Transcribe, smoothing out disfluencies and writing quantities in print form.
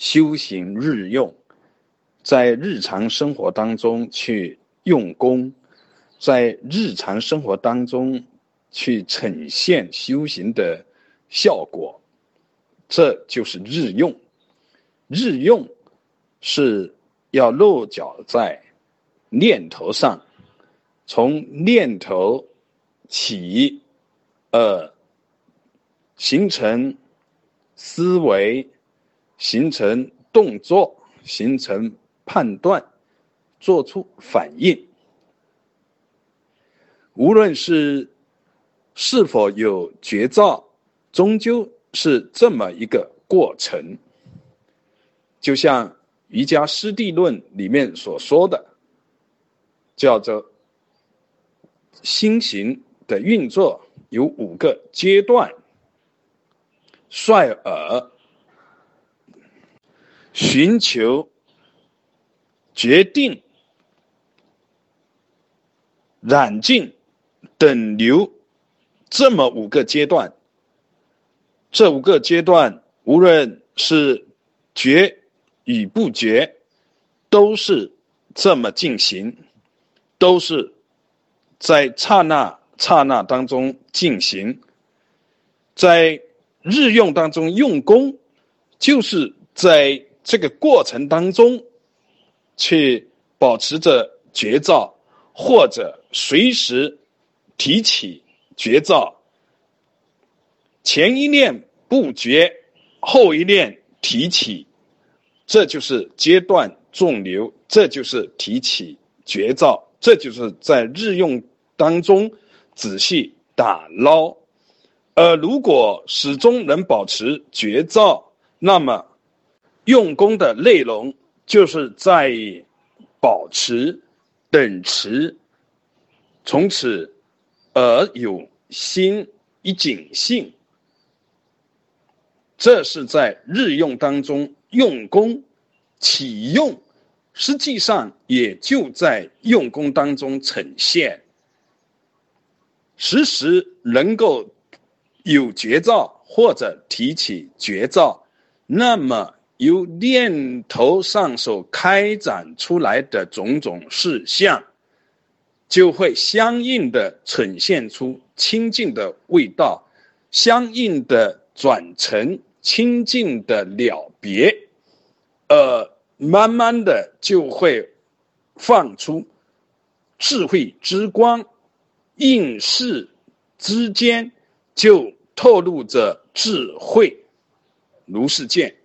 修行日用，在日常生活当中去用功，在日常生活当中去呈现修行的效果，这就是日用。日用是要落脚在念头上，从念头起形成思维，形成动作，形成判断，做出反应。无论是否有觉照，终究是这么一个过程。就像瑜伽师地论里面所说的，叫做心行的运作有5个阶段：率尔、寻求、决定、染净、等流，这么5个阶段。这5个阶段，无论是觉与不觉，都是这么进行，都是在刹那刹那当中进行。在日用当中用功，就是在这个过程当中去保持着觉照，或者随时提起觉照，前一念不觉，后一念提起，这就是阶段纵流，这就是提起觉照，这就是在日用当中仔细打捞。如果始终能保持觉照，那么用功的内容就是在保持、等持，从此而有心一警性。这是在日用当中用功起用，实际上也就在用功当中呈现。时时能够有觉照或者提起觉照，那么由念头上所开展出来的种种事项，就会相应的呈现出清净的味道，相应的转成清净的了别，慢慢的就会放出智慧之光，应世之间就透露着智慧。如是见。